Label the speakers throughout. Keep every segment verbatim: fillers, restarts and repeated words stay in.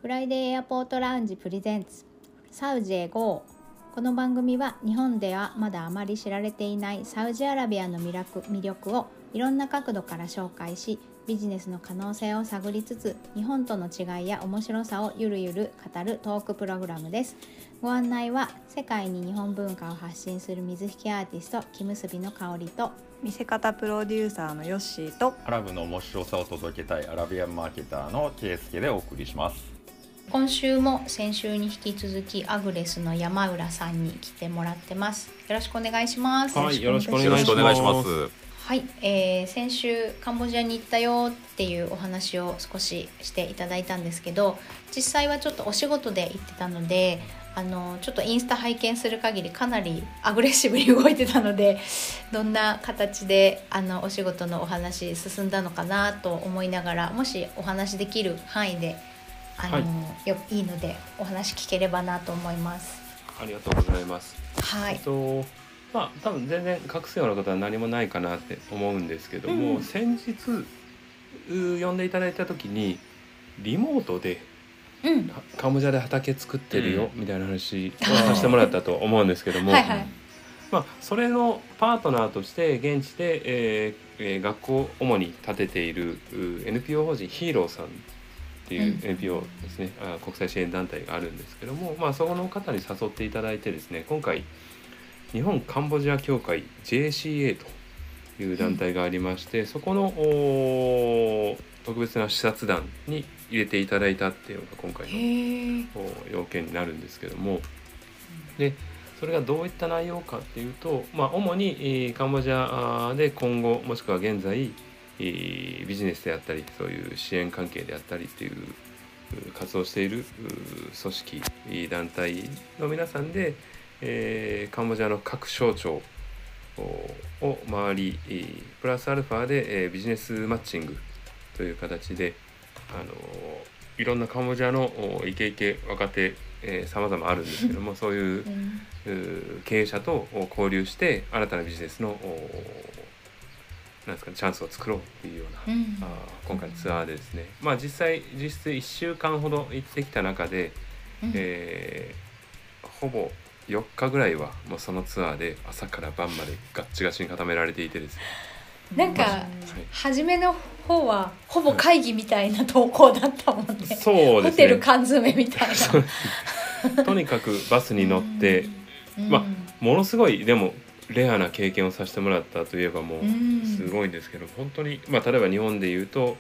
Speaker 1: フライデーエアポートラウンジプレゼンツサウジへ ゴー。 この番組は日本ではまだあまり知られていないサウジアラビアの魅力、魅力をいろんな角度から紹介し、ビジネスの可能性を探りつつ、日本との違いや面白さをゆるゆる語るトークプログラムです。ご案内は世界に日本文化を発信する水引アーティスト木結びの香りと、
Speaker 2: 見せ方プロデューサーのヨッシーと、
Speaker 3: アラブの面白さを届けたいアラビアンマーケターのケイスケでお送りします。
Speaker 1: 今週も先週に引き続きアグレスの山浦さんに来てもらってます。よろしくお願いします。
Speaker 3: はい、よろしくお
Speaker 4: よろしくお願いします。
Speaker 1: はい、えー、先週カンボジアに行ったよっていうお話を少ししていただいたんですけど、実際はちょっとお仕事で行ってたので、あのちょっとインスタ拝見する限りかなりアグレッシブに動いてたので、どんな形であのお仕事のお話進んだのかなと思いながら、もしお話できる範囲であの、はい、よいいのでお話聞ければなと思います。
Speaker 4: ありがとうございます。
Speaker 1: はい。
Speaker 4: えっとまあ多分全然隠すようなことは何もないかなって思うんですけども、うん、先日呼んでいただいた時にリモートで、うん、カンボジアで畑作ってるよ、うん、みたいな話をさせてもらったと思うんですけども、はいはい、まあ、それのパートナーとして現地で、えー、学校を主に立てている エヌピーオー 法人ヒーローさんっていう エヌピーオー ですね、うん、国際支援団体があるんですけども、まあ、そこの方に誘っていただいてですね、今回日本カンボジア協会 ジェーシーエー という団体がありまして、うん、そこの特別な視察団に入れていただいたっていうのが今回の要件になるんですけども、でそれがどういった内容かっていうと、まあ、主にカンボジアで今後もしくは現在ビジネスであったりそういう支援関係であったりっていう活動している組織団体の皆さんで、えー、カンボジアの各省庁を回りプラスアルファで、えー、ビジネスマッチングという形で、あのー、いろんなカンボジアのイケイケ若手さまざまあるんですけどもそういう、うん、経営者と交流して新たなビジネスのなんですかね、チャンスを作ろうっていうような、うん、あ今回のツアーでですね、まあ、実際実質いっしゅうかんほど行ってきた中で、うん、えー、ほぼよっかぐらいはもうそのツアーで朝から晩までガッチガチに固められていてですね、
Speaker 1: なんか、はい、初めの方はほぼ会議みたいな投稿だったもんね、はい、そうですね、ホテル缶詰みたい
Speaker 4: なとにかくバスに乗って、うんまあ、ものすごいでもレアな経験をさせてもらったといえばもうすごいんですけど、本当に、まあ、例えば日本でいうと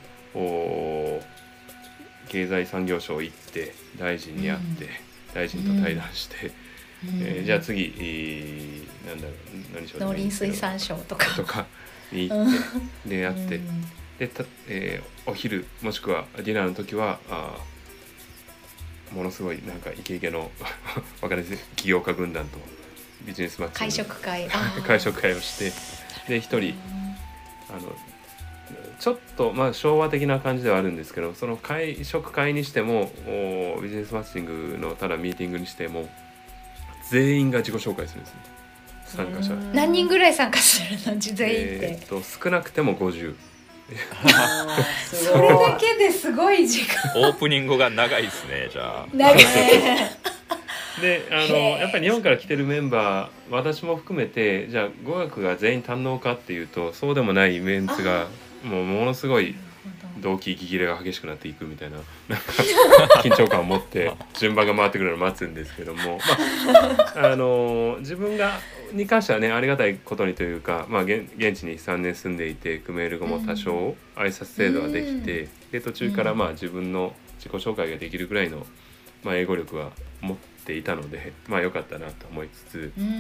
Speaker 4: 経済産業省行って大臣に会って、うん、大臣と対談して、うんえー、じゃあ次、えー、なんだろう何しよう
Speaker 1: 農林水産省とか
Speaker 4: とかに行ってでやって、うん、でた、えー、お昼もしくはディナーの時はあものすごいなんかイケイケのわかりやすい起業家軍団とビジネスマッチ
Speaker 1: 会食会
Speaker 4: 会食会をしてで一人あのちょっとまあ昭和的な感じではあるんですけど、その会食会にしてもビジネスマッチングのただミーティングにしても全員が自己紹介するんですね、参加者。
Speaker 1: 何人ぐらい参加するの全員って、
Speaker 4: えー、と少なくてもごじゅう
Speaker 1: それだけですごい時間
Speaker 3: オープニングが長いですね。じゃあ
Speaker 1: 長いね
Speaker 4: であのやっぱり日本から来てるメンバー私も含めてじゃあ語学が全員堪能かっていうとそうでもないメンツがもうものすごい動機息切れが激しくなっていくみたいな、なんか緊張感を持って順番が回ってくるのを待つんですけども、まあ、あの自分がに関してはねありがたいことにというか、まあ、現, 現地にさんねん住んでいてクメール語も多少挨拶程度はできて、うん、で途中からまあ自分の自己紹介ができるぐらいの、まあ、英語力は持っていたので、まあ良かったなと思いつつ、うん、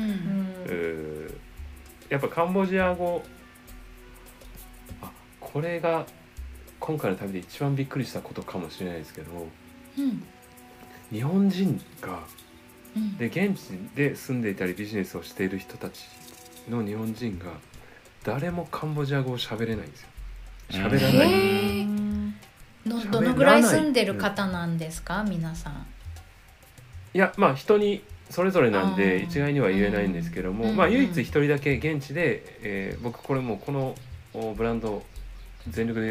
Speaker 4: やっぱカンボジア語あこれが今回の旅で一番びっくりしたことかもしれないですけど、うん、日本人が、うん、で現地で住んでいたりビジネスをしている人たちの日本人が誰もカンボジア語を喋れないんですよ。喋らない。
Speaker 1: ど, どのぐらい住んでる方なんですか、うん、皆さん。
Speaker 4: いやまあ人にそれぞれなんで一概には言えないんですけども、うん、まあ唯一一人だけ現地で、えー、僕これもうこのブランド全力で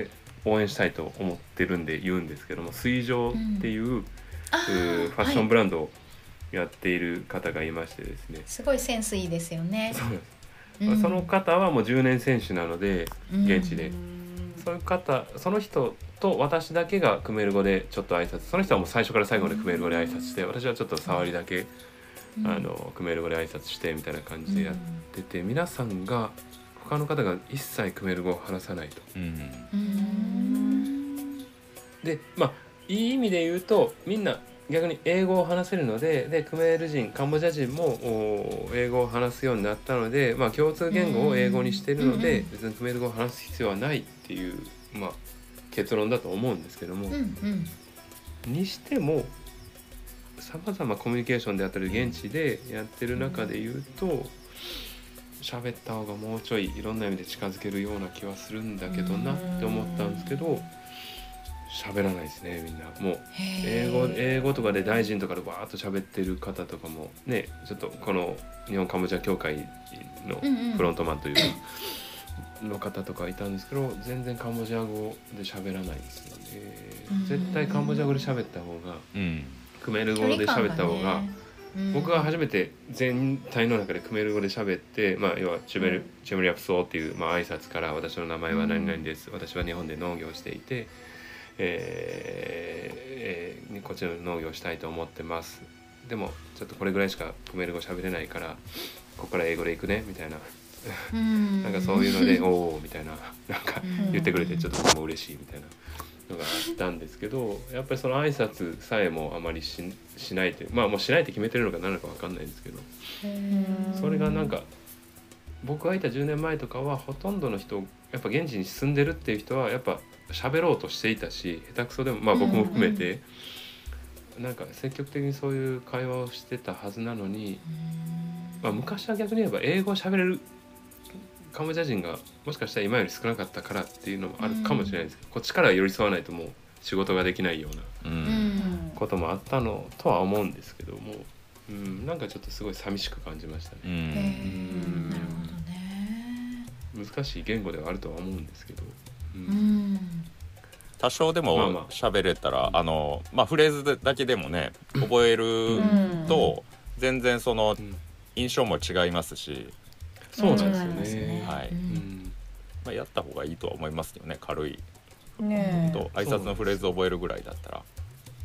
Speaker 4: 応援したいと思ってるんで言うんですけども、水上っていう、うん、
Speaker 1: あ
Speaker 4: ファッションブランドをやっている方がいましてですね、はい、
Speaker 1: すごいセンスいいですよね。
Speaker 4: そうです、
Speaker 1: うん、
Speaker 4: その方はもうじゅうねん選手なので現地で、
Speaker 2: うん、
Speaker 4: そういう方、その人と私だけがクメール語でちょっと挨拶、その人はもう最初から最後までクメール語で挨拶して、私はちょっと触りだけ、うん、あのクメール語で挨拶してみたいな感じでやってて、うん、皆さんが他の方が一切クメール語を話さないと、
Speaker 3: うん
Speaker 1: うん
Speaker 4: でまあいい意味で言うとみんな逆に英語を話せるので、でクメール人、カンボジア人も英語を話すようになったので、まあ、共通言語を英語にしているので、うん、別にクメール語を話す必要はないっていう、まあ、結論だと思うんですけども、
Speaker 1: うんうん
Speaker 4: にしてもさまざまコミュニケーションであったり現地でやってる中で言うと喋った方がもうちょいいろんな意味で近づけるような気はするんだけどなって思ったんですけど、喋らないですね、みんな。もう英語英語とかで大臣とかでバーッと喋ってる方とかもね、ちょっとこの日本カンボジア協会のフロントマンというの方とかいたんですけど、全然カンボジア語で喋らないですよね。絶対カンボジア語で喋った方が、うん、クメール語で喋った方が、ね、うん、僕が初めて全体の中でクメール語で喋って、まあ、要はチュメル、チュメルヤプソーっていう、まあ、挨拶から私の名前は何々です、うん、私は日本で農業をしていて、えーえー、こっちの農業をしたいと思ってます、でもちょっとこれぐらいしかクメール語喋れないからここから英語で行くねみたいななんかそういうのでおーみたいななんか言ってくれてちょっと僕も嬉しいみたいなのがあったんですけど、やっぱりその挨拶さえもあまり し, しないという、まあもうしないって決めてるのか何なのか分かんないんですけど、それがなんか僕がいたじゅうねんまえとかはほとんどの人やっぱ現地に住んでるっていう人はやっぱ喋ろうとしていたし、下手くそでもまあ僕も含めてなんか積極的にそういう会話をしてたはずなのに、まあ、昔は逆に言えば英語を喋れるカンボジア人がもしかしたら今より少なかったからっていうのもあるかもしれないですけど、こっちから寄り添わないともう仕事ができないようなこともあったのとは思うんですけども、うん、なんかちょっとすごい寂しく感じましたね。
Speaker 1: うん、なるほどね。
Speaker 4: 難しい言語ではあるとは思うんですけど、うん
Speaker 1: うん、
Speaker 3: 多少でも喋れたら、まあまあ、あのまあ、フレーズだけでもね覚えると全然その印象も違いますし、
Speaker 4: そうなんですよね、
Speaker 3: はい、うん、まあ、やった方がいいとは思いますよね。軽い
Speaker 2: ね
Speaker 3: と挨拶のフレーズを覚えるぐらいだったら、
Speaker 4: うん、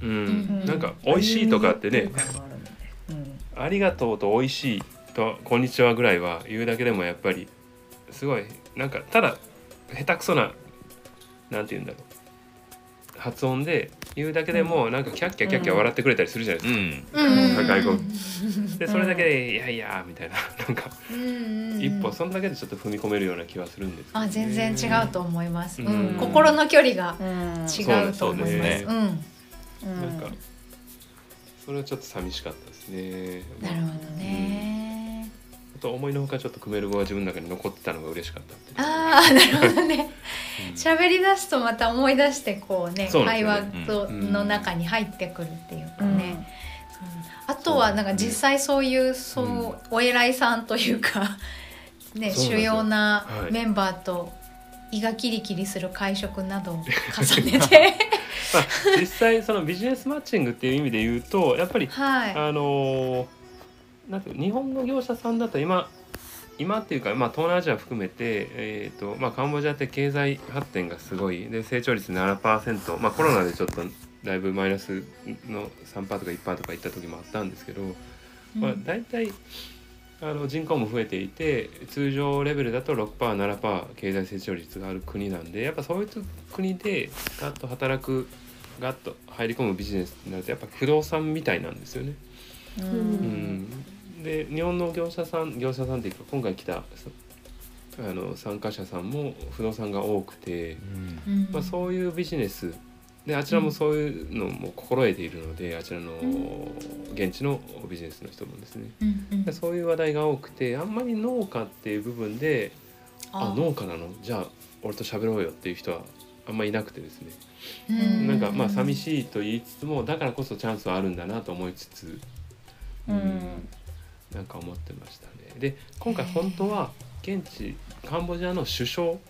Speaker 4: なんか美味しいとかってね、うん、ありがとうと美味しいとこんにちはぐらいは言うだけでもやっぱりすごいなんかただ下手くそななんて言うんだろう発音で言うだけでもなんかキャッキャキャッキャ笑ってくれたりするじゃないですか、うん、外国でそれだけでいやいやみたいななんか一歩そんだけでちょっと踏み込めるような気はするんですけど、ね、
Speaker 1: あ全然違うと思います、うんうん、心の距離が違うと思います、ね、うん、
Speaker 4: なんかそれはちょっと寂しかったですね。
Speaker 1: なるほどね、
Speaker 4: うん、あと思いのほかちょっとクメル語が自分の中に残ってたのが嬉しかったっていう。
Speaker 1: ああなるほどね喋、うん、り出すとまた思い出してこうね、うね会話との中に入ってくるっていうかね、うんうん、あとはなんか実際そういう、そう、うん、お偉いさんというかね主要なメンバーと胃がキリキリする会食などを重ねて
Speaker 4: まあ、実際そのビジネスマッチングっていう意味で言うとやっぱり、はい、あのなんていう日本の業者さんだと今今っていうか、まあ、東南アジア含めて、えーとまあ、カンボジアって経済発展がすごいで成長率 ななパーセント、まあ、コロナでちょっとだいぶマイナスの さんパーセント とか いちパーセント とかいった時もあったんですけど、うんまあ、大体あの人口も増えていて通常レベルだと ろくパーセント、ななパーセント 経済成長率がある国なんでやっぱそういう国でガッと働くガッと入り込むビジネスになるとやっぱ不動産みたいなんですよね。うん、うん、で日本の業者さん業者さんっていうか今回来たあの参加者さんも不動産が多くて、うんまあ、そういうビジネスであちらもそういうのも心得ているので、うん、あちらの現地のビジネスの人もですね、うんうん、そういう話題が多くてあんまり農家っていう部分であ農家なのじゃあ俺と喋ろうよっていう人はあんまりいなくてですね、うん、なんかまあ寂しいと言いつつもだからこそチャンスはあるんだなと思いつつ、うんうん、なんか思ってましたね。で今回本当は現地カンボジアの首相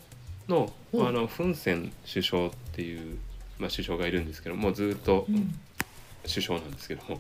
Speaker 4: の、あのフン・セン首相っていう、まあ、首相がいるんですけども、ずっと首相なんですけども、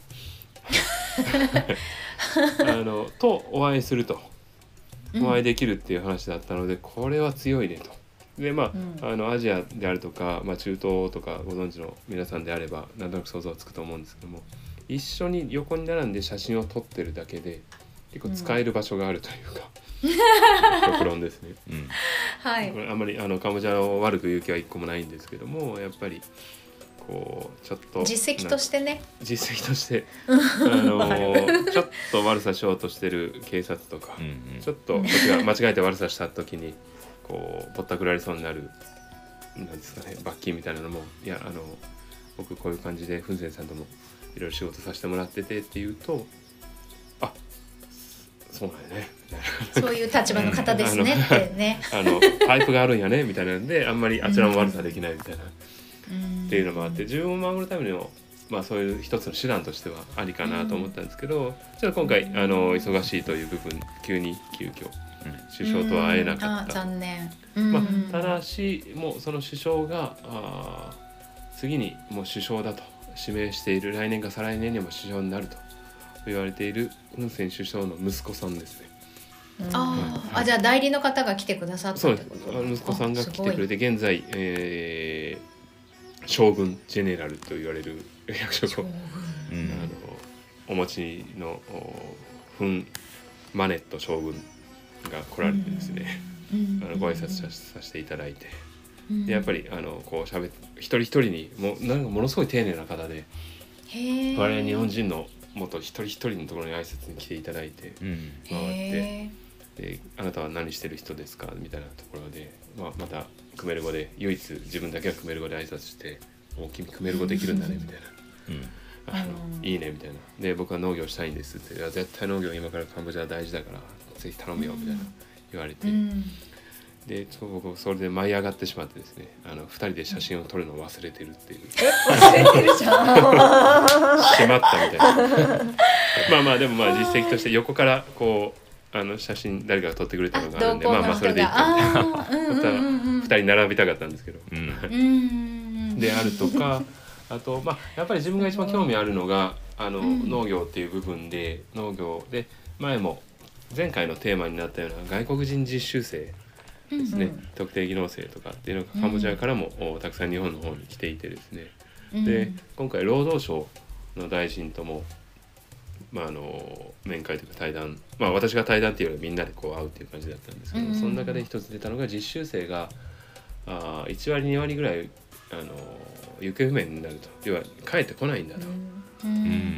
Speaker 4: あのとお会いすると、お会いできるっていう話だったので、これは強いねと。でまあ、うん、あのアジアであるとか、まあ、中東とかご存知の皆さんであればなんとなく想像つくと思うんですけども、一緒に横に並んで写真を撮ってるだけで結構使える場所があるというか、うん、極論ですね、うんはい、これあんまりあのカンボジアを悪く言う気は一個もないんですけども、やっぱりこうちょっと
Speaker 1: 実績としてね
Speaker 4: 実績としてあのちょっと悪さしようとしてる警察とか、うんうん、ちょっとこっちが間違えて悪さした時にこうぼったくられそうになるなんですかね、罰金みたいなのも、いやあの僕こういう感じでフン・センさんともいろいろ仕事させてもらっててっていうと、あそうなんやね
Speaker 1: そういう立場の方ですねってね
Speaker 4: あのパイプがあるんやねみたいなんで、あんまりあちらも悪さできないみたいな、うん、っていうのもあって、自分を守るためのまあそういう一つの手段としてはありかなと思ったんですけど、うん、ちょっと今回あの忙しいという部分急に急遽首相とは会えなかった、
Speaker 1: 残念、
Speaker 4: まあ、ただしもうその首相があ次にもう首相だと指名している、来年か再来年にも首相になると言われているフン・セン首相の息子さんですね。
Speaker 1: あ、はい、あじゃあ代理の方が来てくださったってこと？
Speaker 4: そうです。息子さんが来てくれて、現在、えー、将軍ジェネラルと言われる役職を、うん、あのお持ちのフン・マネット将軍が来られてですね、うん、あのご挨拶 さ, させていただいて、うん、でやっぱりあのこう喋って一人一人にもなんかものすごい丁寧な方で、へ我々日本人のもっと一人一人のところに挨拶に来ていただいて、うん、回ってであなたは何してる人ですかみたいなところで、まあ、またクメル語で唯一自分だけはクメル語で挨拶して「お君クメル語できるんだね」みたいな、うん、あのいいねみたいな。で僕は農業したいんですって、絶対農業今からカンボジア大事だからぜひ頼むよみたいな言われて、うん、でちょっと僕それで舞い上がってしまってですね、あのふたりで写真を撮るのを忘れてるっていう、
Speaker 1: え忘れてるじゃん
Speaker 4: しまったみたいなまあまあでもまあ実績として横からこうあの写真誰かが撮ってくれたのがあるんで、まあまあそれでいいかみたいなまたふたり並びたかったんですけど、うん、であるとか、あとまあやっぱり自分が一番興味あるのがあの、うん、農業っていう部分で、農業で前も前回のテーマになったような外国人実習生ですね、うんうん、特定技能生とかっていうのがカンボジアからも、うん、たくさん日本の方に来ていてですね、うん、で今回労働省の大臣とも、まあ、あの面会というか対談、まあ私が対談っていうよりみんなでこう会うっていう感じだったんですけど、うん、その中で一つ出たのが実習生があいちわりにわりぐらいあの行方不明になると、要は帰ってこないんだと、うん、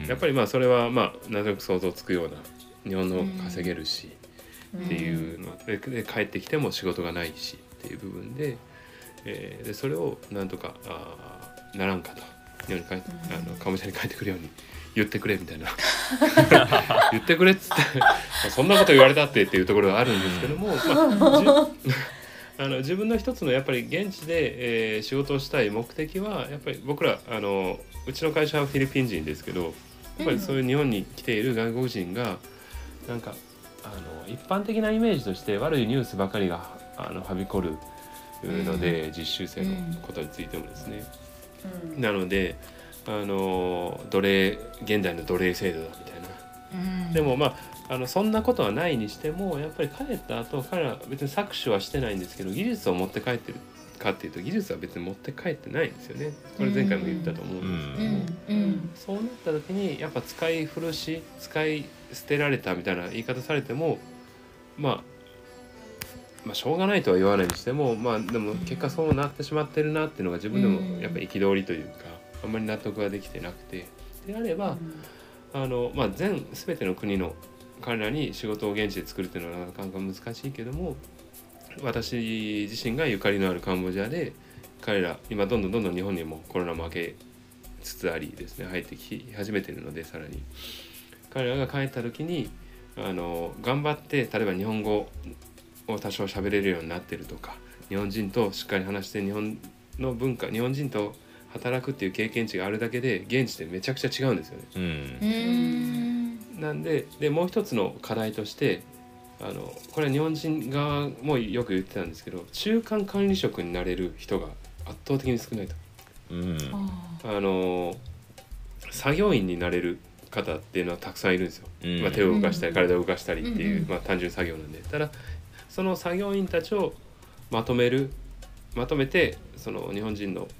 Speaker 4: やっぱりまあそれはまあなんとなく想像つくような、日本の方が稼げるし、うん、っていうの で, で帰ってきても仕事がないしっていう部分で、えー、でそれをなんとかあならんかと、日本に帰って、うん、あのカンボジアに帰ってくるように言ってくれみたいな言ってくれっつってそんなこと言われたってっていうところがあるんですけども、まあ、あの自分の一つのやっぱり現地で、えー、仕事をしたい目的はやっぱり僕らあのうちの会社はフィリピン人ですけど、やっぱりそういう日本に来ている外国人がなんかあの一般的なイメージとして悪いニュースばかりがあのはびこるので、うん、実習生のことについてもですね、うん、なのであの奴隷現代の奴隷制度だみたいな、うん、でもまああのそんなことはないにしてもやっぱり帰った後彼ら別に搾取はしてないんですけど、技術を持って帰ってるかっていうと技術は別に持って帰ってないんですよね。これ前回も言ったと思うんですけど、うんうん、そうなった時にやっぱ使い古し使い捨てられたみたいな言い方されても、まあ、まあしょうがないとは言わないにしても、まあでも結果そうなってしまってるなっていうのが自分でもやっぱり憤りというかあんまり納得ができてなくて、であれば、あの、まあ、全全ての国の彼らに仕事を現地で作るっていうのはなかなか難しいけども、私自身がゆかりのあるカンボジアで彼ら今どんどんどんどん日本にもコロナも明けつつありですね、入ってき始めているので、さらに彼らが帰った時にあの頑張って例えば日本語を多少喋れるようになってるとか、日本人としっかり話して日本の文化、日本人と働くっていう経験値があるだけで現地でめちゃくちゃ違うんですよね。うん、なんで、でもう一つの課題としてあのこれは日本人側もよく言ってたんですけど、中間管理職になれる人が圧倒的に少ないと。
Speaker 3: うん、
Speaker 4: あの作業員になれる方っていうのはたくさんいるんですよ、
Speaker 3: うん
Speaker 4: まあ、手を動かしたり体を動かしたりっていう、
Speaker 1: うん
Speaker 4: まあ、単純作業なんで。ただその作業員たちをまとめるまとめてその日本人の、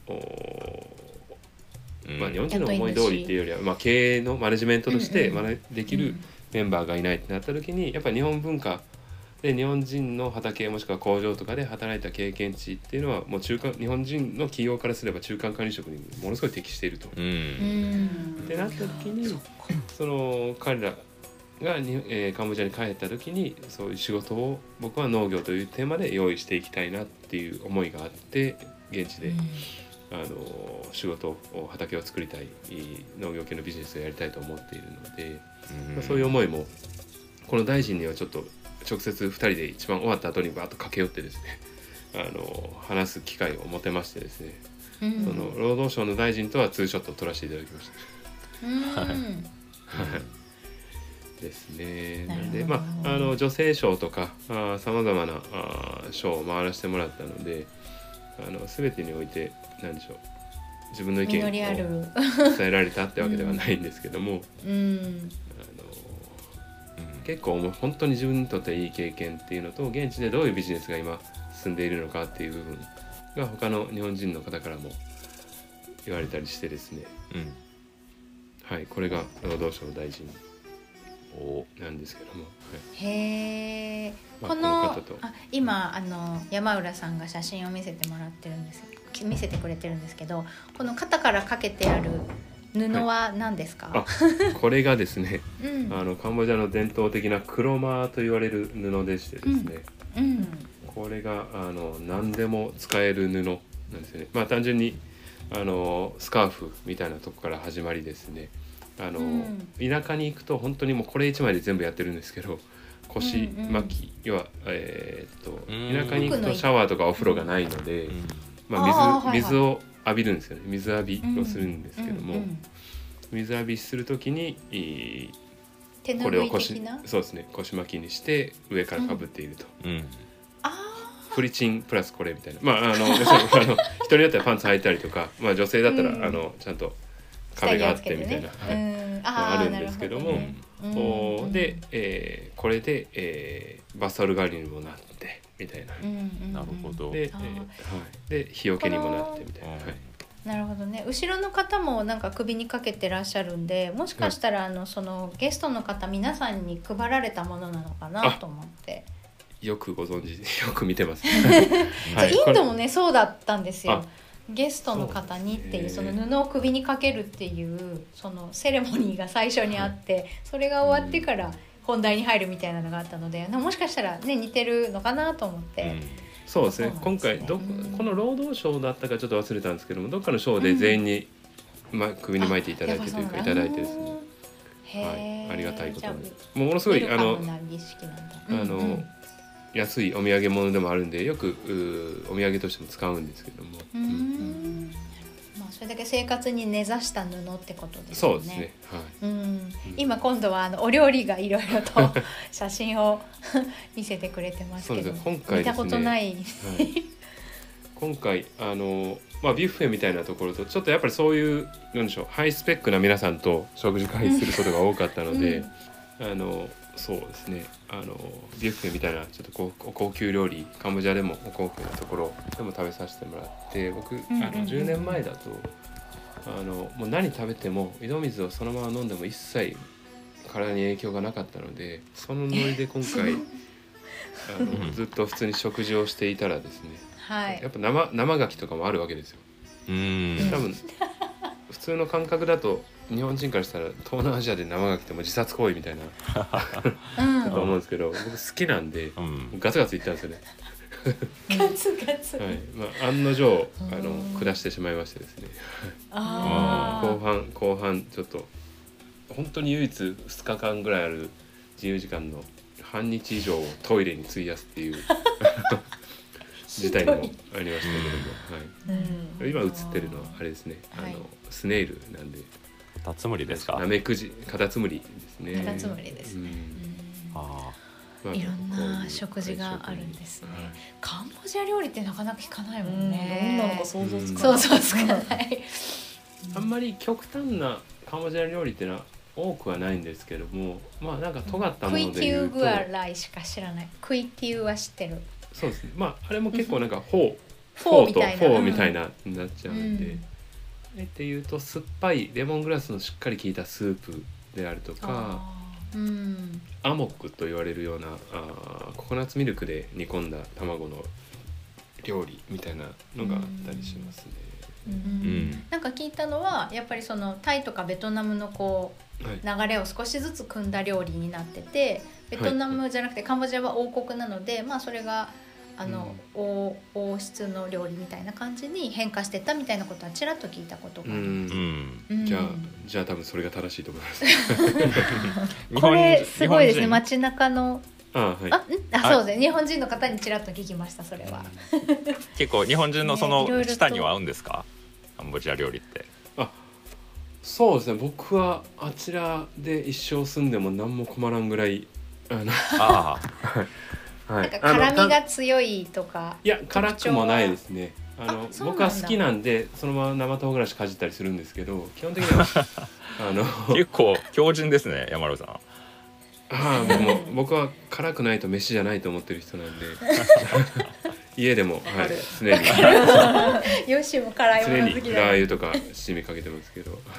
Speaker 4: まあ、日本人の思い通りっていうよりは、まあ、経営のマネジメントとしてまねできるメンバーがいないってなった時に、やっぱり日本文化で日本人の畑もしくは工場とかで働いた経験値っていうのはもう中間日本人の企業からすれば中間管理職にものすごい適していると。
Speaker 3: うん
Speaker 1: うん
Speaker 4: ってなった時にその彼らがに、えー、カンボジアに帰った時にそういう仕事を僕は農業というテーマで用意していきたいなっていう思いがあって、現地で、あの仕事を畑を作りたい、農業系のビジネスをやりたいと思っているので、
Speaker 3: うん
Speaker 4: まあ、そういう思いもこの大臣にはちょっと直接ふたりで一番終わった後にバーッと駆け寄ってですねあの話す機会を持てましてですね、
Speaker 1: うん、
Speaker 4: その労働省の大臣とはツーショットを撮らせていただきました。
Speaker 1: うん
Speaker 4: はいですね。
Speaker 1: なるほど
Speaker 4: なんで、まあ、あの女性賞とかさまざまなあ賞を回らせてもらったので、あの全てにおいて何でしょう、自分の意見を
Speaker 1: 実りある
Speaker 4: 伝えられたってわけではないんですけども、
Speaker 1: うん
Speaker 4: あの結構もう本当に自分にとっていい経験っていうのと、現地でどういうビジネスが今進んでいるのかっていう部分が他の日本人の方からも言われたりしてですね、
Speaker 3: うん
Speaker 4: はい、これが労働省大臣
Speaker 3: お
Speaker 4: なんですけども、はい、
Speaker 1: へえ、
Speaker 4: まあ
Speaker 1: この
Speaker 4: この方と
Speaker 1: あ今あの山浦さんが写真を見せてもらってるんです見せてくれてるんですけど、この肩からかけてある布は何ですか？
Speaker 4: あこれがですね
Speaker 1: うん
Speaker 4: あのカンボジアの伝統的なクロマーと言われる布でしてですね、
Speaker 1: うん
Speaker 4: これがあの何でも使える布なんですよね。まあ単純にあのスカーフみたいなとこから始まりですね、あの、
Speaker 1: うん
Speaker 4: 田舎に行くと本当にもうこれ一枚で全部やってるんですけど、腰巻き、要は、えーっと
Speaker 3: うん
Speaker 4: 田舎に行くとシャワーとかお風呂がないので、
Speaker 3: うん
Speaker 4: まあ水、
Speaker 1: あーはいはい
Speaker 4: 水を浴びるんですよね。水浴びをするんですけども、
Speaker 1: うんうん
Speaker 4: 水浴びするときにいい
Speaker 1: 手
Speaker 4: これ
Speaker 1: 拭い
Speaker 4: を腰
Speaker 1: 的な？
Speaker 4: そうですね、腰巻きにして上からかぶっていると、
Speaker 3: うん
Speaker 1: あ
Speaker 4: フリチンプラスこれみたいな、まああの要するにあの人によってはパンツ履いたりとか、まあ、女性だったら、
Speaker 1: うん
Speaker 4: あのちゃんと壁があってみたいな、
Speaker 1: 下着をつけてね
Speaker 4: はい
Speaker 1: うん
Speaker 4: まあ、あるんですけども、
Speaker 1: なるほどねうん
Speaker 4: おで、えーこれで、えーバスタオル代わりにもなってみたいな、
Speaker 1: うんうんうん
Speaker 3: なるほど
Speaker 4: で、えー
Speaker 1: あー
Speaker 4: はい、で日よけにもなってみたいな、はい、
Speaker 1: なるほどね。後ろの方もなんか首にかけてらっしゃるんで、もしかしたらあのそのゲストの方皆さんに配られたものなのかなと思って。
Speaker 4: よくご存知よく見てます、
Speaker 1: そうインドも
Speaker 4: こ
Speaker 1: ねそうだったんですよ
Speaker 4: あ。
Speaker 1: ゲストの方にっていうそう
Speaker 4: そですね
Speaker 1: の布を首にかけるっていうそのセレモニーが最初にあって、それが終わってから本題に入るみたいなのがあったので、なもしかしたらね似てるのかなと思って。
Speaker 4: れそうですね
Speaker 1: そうなん
Speaker 4: 今
Speaker 1: ですね
Speaker 4: 回どこ
Speaker 1: うん
Speaker 4: この労働省だったかちょっと忘れたんですけども、どっかの省で全員に、ま、首に巻いていただいてというかいただいてですね、
Speaker 1: へー
Speaker 4: はい、ありがたいこと
Speaker 1: じゃあ
Speaker 4: にもうものすごいあの
Speaker 1: ウェルカムな儀式なんだ。
Speaker 4: あの、
Speaker 1: うんうん
Speaker 4: 安いお土産物でもあるんでよくうお土産としても使うんですけども、
Speaker 1: うーんまあそれだけ生活に根ざした布ってことですよね。
Speaker 4: そうですね、はい、
Speaker 1: うん、今今度はあのお料理がいろいろと写真を見せてくれてますけど、
Speaker 4: そうですね今回ですね
Speaker 1: 見たことない。
Speaker 4: はい、今回あの、まあ、ビュッフェみたいなところとちょっとやっぱりそういうなんでしょうハイスペックな皆さんと食事会することが多かったので、あのそうですねあのビュッフェみたいなちょっとこう高級料理カンボジアでも高級なところでも食べさせてもらって、僕あ
Speaker 1: うんうんうん
Speaker 4: のじゅうねんまえだとあのもう何食べても井戸水をそのまま飲んでも一切体に影響がなかったので、そのノリで今回あのずっと普通に食事をしていたらですね、
Speaker 1: はい
Speaker 4: やっぱ生生牡蠣とかもあるわけですよ。
Speaker 3: うん
Speaker 4: 多分普通の感覚だと日本人からしたら東南アジアで生牡蠣っても自殺行為みたいな
Speaker 1: うん
Speaker 4: だと思うんですけど、僕好きなんで
Speaker 3: うん
Speaker 4: ガツガツいったんですよね。
Speaker 1: ガツガツ、
Speaker 4: はい、まあ案の定あ
Speaker 1: うん
Speaker 4: の下してしまいましてですね。
Speaker 1: あ
Speaker 4: 後半後半ちょっと本当に唯一ふつかかんぐらいある自由時間の半日以上をトイレに費やすっていう事態もありましたけれども、はい。
Speaker 1: うん
Speaker 4: 今映ってるのはあれですね、
Speaker 1: はい
Speaker 4: あのスネイルなんで
Speaker 3: カタツムリですか
Speaker 4: ナメクジカタツムリですね。
Speaker 1: カタツムリですね
Speaker 4: うん
Speaker 3: あ
Speaker 4: まあ、
Speaker 1: いろんな食事があるんですね。カンボジア料理ってなかなか聞かないもんね。
Speaker 2: どんなのか想像つか
Speaker 1: そう
Speaker 2: ない。
Speaker 1: そうつかない。
Speaker 4: あんまり極端なカンボジア料理っていうのは多くはないんですけども、まあなんか尖ったものでいうと、
Speaker 1: クイティウグアライしか知らない。クイティウは知ってる。
Speaker 4: そうですね。まああれも結構なんかフォー、
Speaker 1: フォーみたいな
Speaker 4: フォーみたいなになっちゃうんで、
Speaker 1: うん
Speaker 4: えっていうと酸っぱいレモングラスのしっかり効いたスープであるとか、
Speaker 1: あーうん。
Speaker 4: アモックと言われるようなあココナッツミルクで煮込んだ卵の料理みたいなのがあったりしますね。
Speaker 1: うん
Speaker 3: うん
Speaker 1: なんか聞いたのはやっぱりそのタイとかベトナムのこう
Speaker 4: はい
Speaker 1: 流れを少しずつ組んだ料理になってて、ベトナムじゃなくてカンボジアは王国なので、まあそれがあの、王王室の料理みたいな感じに変化してったみたいなことはちらっと聞いたことがあります。
Speaker 3: うん
Speaker 1: うん
Speaker 4: じゃあじゃあ多分それが正しいと思います。
Speaker 1: これすごいですね。
Speaker 3: 日本
Speaker 1: 街中の
Speaker 4: あはい。
Speaker 1: あんあそうですね。日本人の方にちらっと聞きましたそれは。
Speaker 3: 人結構日本人のその
Speaker 1: ねいろいろと
Speaker 3: 舌には合うんですか、カンボジア料理って。
Speaker 4: そうですね。僕はあちらで一生住んでも何も困らんぐらいあの
Speaker 3: ああ
Speaker 4: は
Speaker 1: ないんか辛みが強いとか。
Speaker 4: いや辛くもないですね。あの
Speaker 1: あそうなんだ
Speaker 4: 僕は好きなんでそのまま生唐辛子かじったりするんですけど、基本的にはあの
Speaker 3: 結構強靭ですね山田さん。
Speaker 4: ああ僕も僕は辛くないと飯じゃないと思ってる人なんで家でも、はい、常に
Speaker 1: よしも辛いも
Speaker 4: 常
Speaker 1: の好きだ。
Speaker 4: にラー油とか七味かけてますけど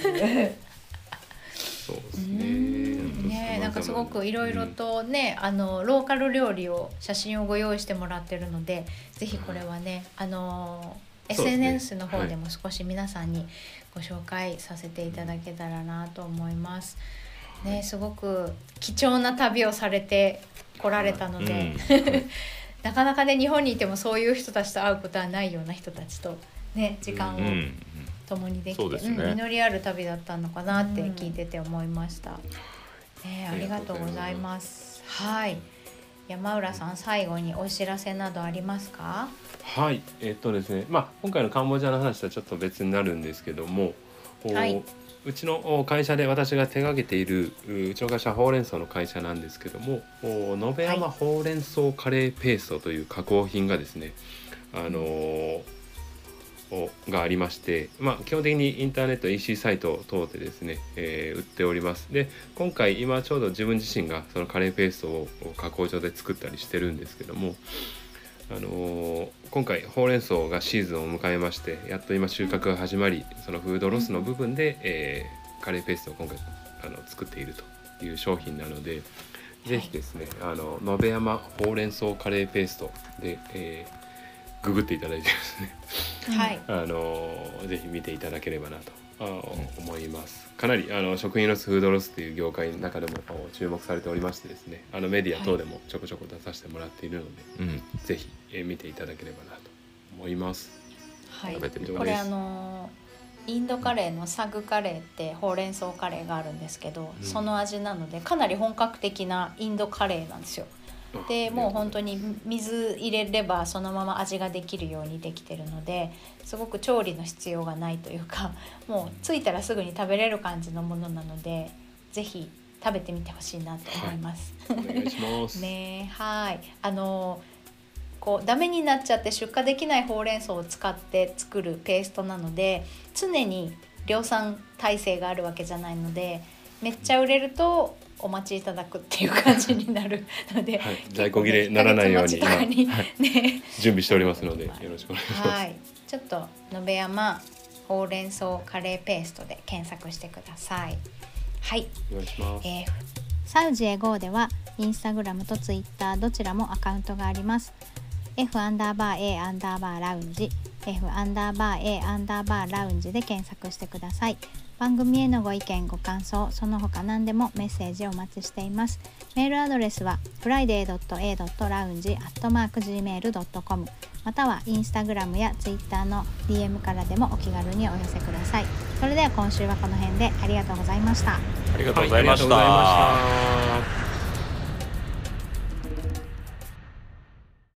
Speaker 4: そうですね。
Speaker 1: ねなんかすごくいろいろとね、うん、あのローカル料理を写真をご用意してもらってるので、ぜひこれはねあの エスエヌエヌ の方でも少し皆さんにご紹介させていただけたらなと思います。ね、すごく貴重な旅をされて来られたので、うん、なかなかね日本にいてもそういう人たちと会うことはないような人たちとね時間を共にできて、うんうんね、実りある旅だったのかなって聞いてて思いました。ね、ありがとうございます。はい、山浦さん最後にお知らせなどありますか？
Speaker 4: はい、えー、っとですね、まあ今回のカンボジアの話とはちょっと別になるんですけども、はい、うちの会社で私が手掛けているうちの会社はほうれん草の会社なんですけども、延山ほうれん草カレーペーストという加工品がですね、あのー、がありまして、まあ、基本的にインターネット イーシー サイト等でですね、えー、売っております。で今回今ちょうど自分自身がそのカレーペーストを加工場で作ったりしてるんですけども、あのー、今回ほうれん草がシーズンを迎えまして、やっと今収穫が始まり、そのフードロスの部分で、えー、カレーペーストを今回あの作っているという商品なので、ぜひですね、あの延山ほうれん草カレーペーストで、えー、ググっていただいてですね、
Speaker 1: はい、
Speaker 4: あのぜひ見ていただければなと思います。かなりあの食品ロスフードロスという業界の中でも注目されておりましてですね、あのメディア等でもちょこちょこ出させてもらっているので、はい、ぜひ、えー、見ていただければなと思います。
Speaker 1: はい、これあのインドカレーのサグカレーってほうれん草カレーがあるんですけど、うん、その味なのでかなり本格的なインドカレーなんですよ。でもう本当に水入れればそのまま味ができるようにできてるので、すごく調理の必要がないというか、もうついたらすぐに食べれる感じのものなので、ぜひ食べてみてほしいなと思います。
Speaker 4: はい、お願いします
Speaker 1: ね、はい、あのこうダメになっちゃって出荷できないほうれん草を使って作るペーストなので、常に量産体制があるわけじゃないので、めっちゃ売れるとお待ちいただくっていう感じになるので、はい、
Speaker 4: 在庫切れならないように今、はい、
Speaker 1: ね、
Speaker 4: 準備しておりますのでよろしくお願いします。
Speaker 1: はい、ちょっと延山ほうれん草カレーペーストで検索してください。はい、
Speaker 4: お願いします。
Speaker 1: えー、サウジエゴーではインスタグラムとツイッターどちらもアカウントがあります。 F アンダーバー A アンダーバーラウンジ F アンダーバー A アンダーバーラウンジで検索してください。番組へのご意見ご感想その他何でもメッセージをお待ちしています。メールアドレスは フライデー ドット エー ドット ラウンジ アットマーク ジーメール ドット コム またはインスタグラムやツイッターの ディーエム からでもお気軽にお寄せください。それでは今週はこの辺でありがとうございました。
Speaker 3: ありがとうございました。
Speaker 4: はい、ありがとうございました。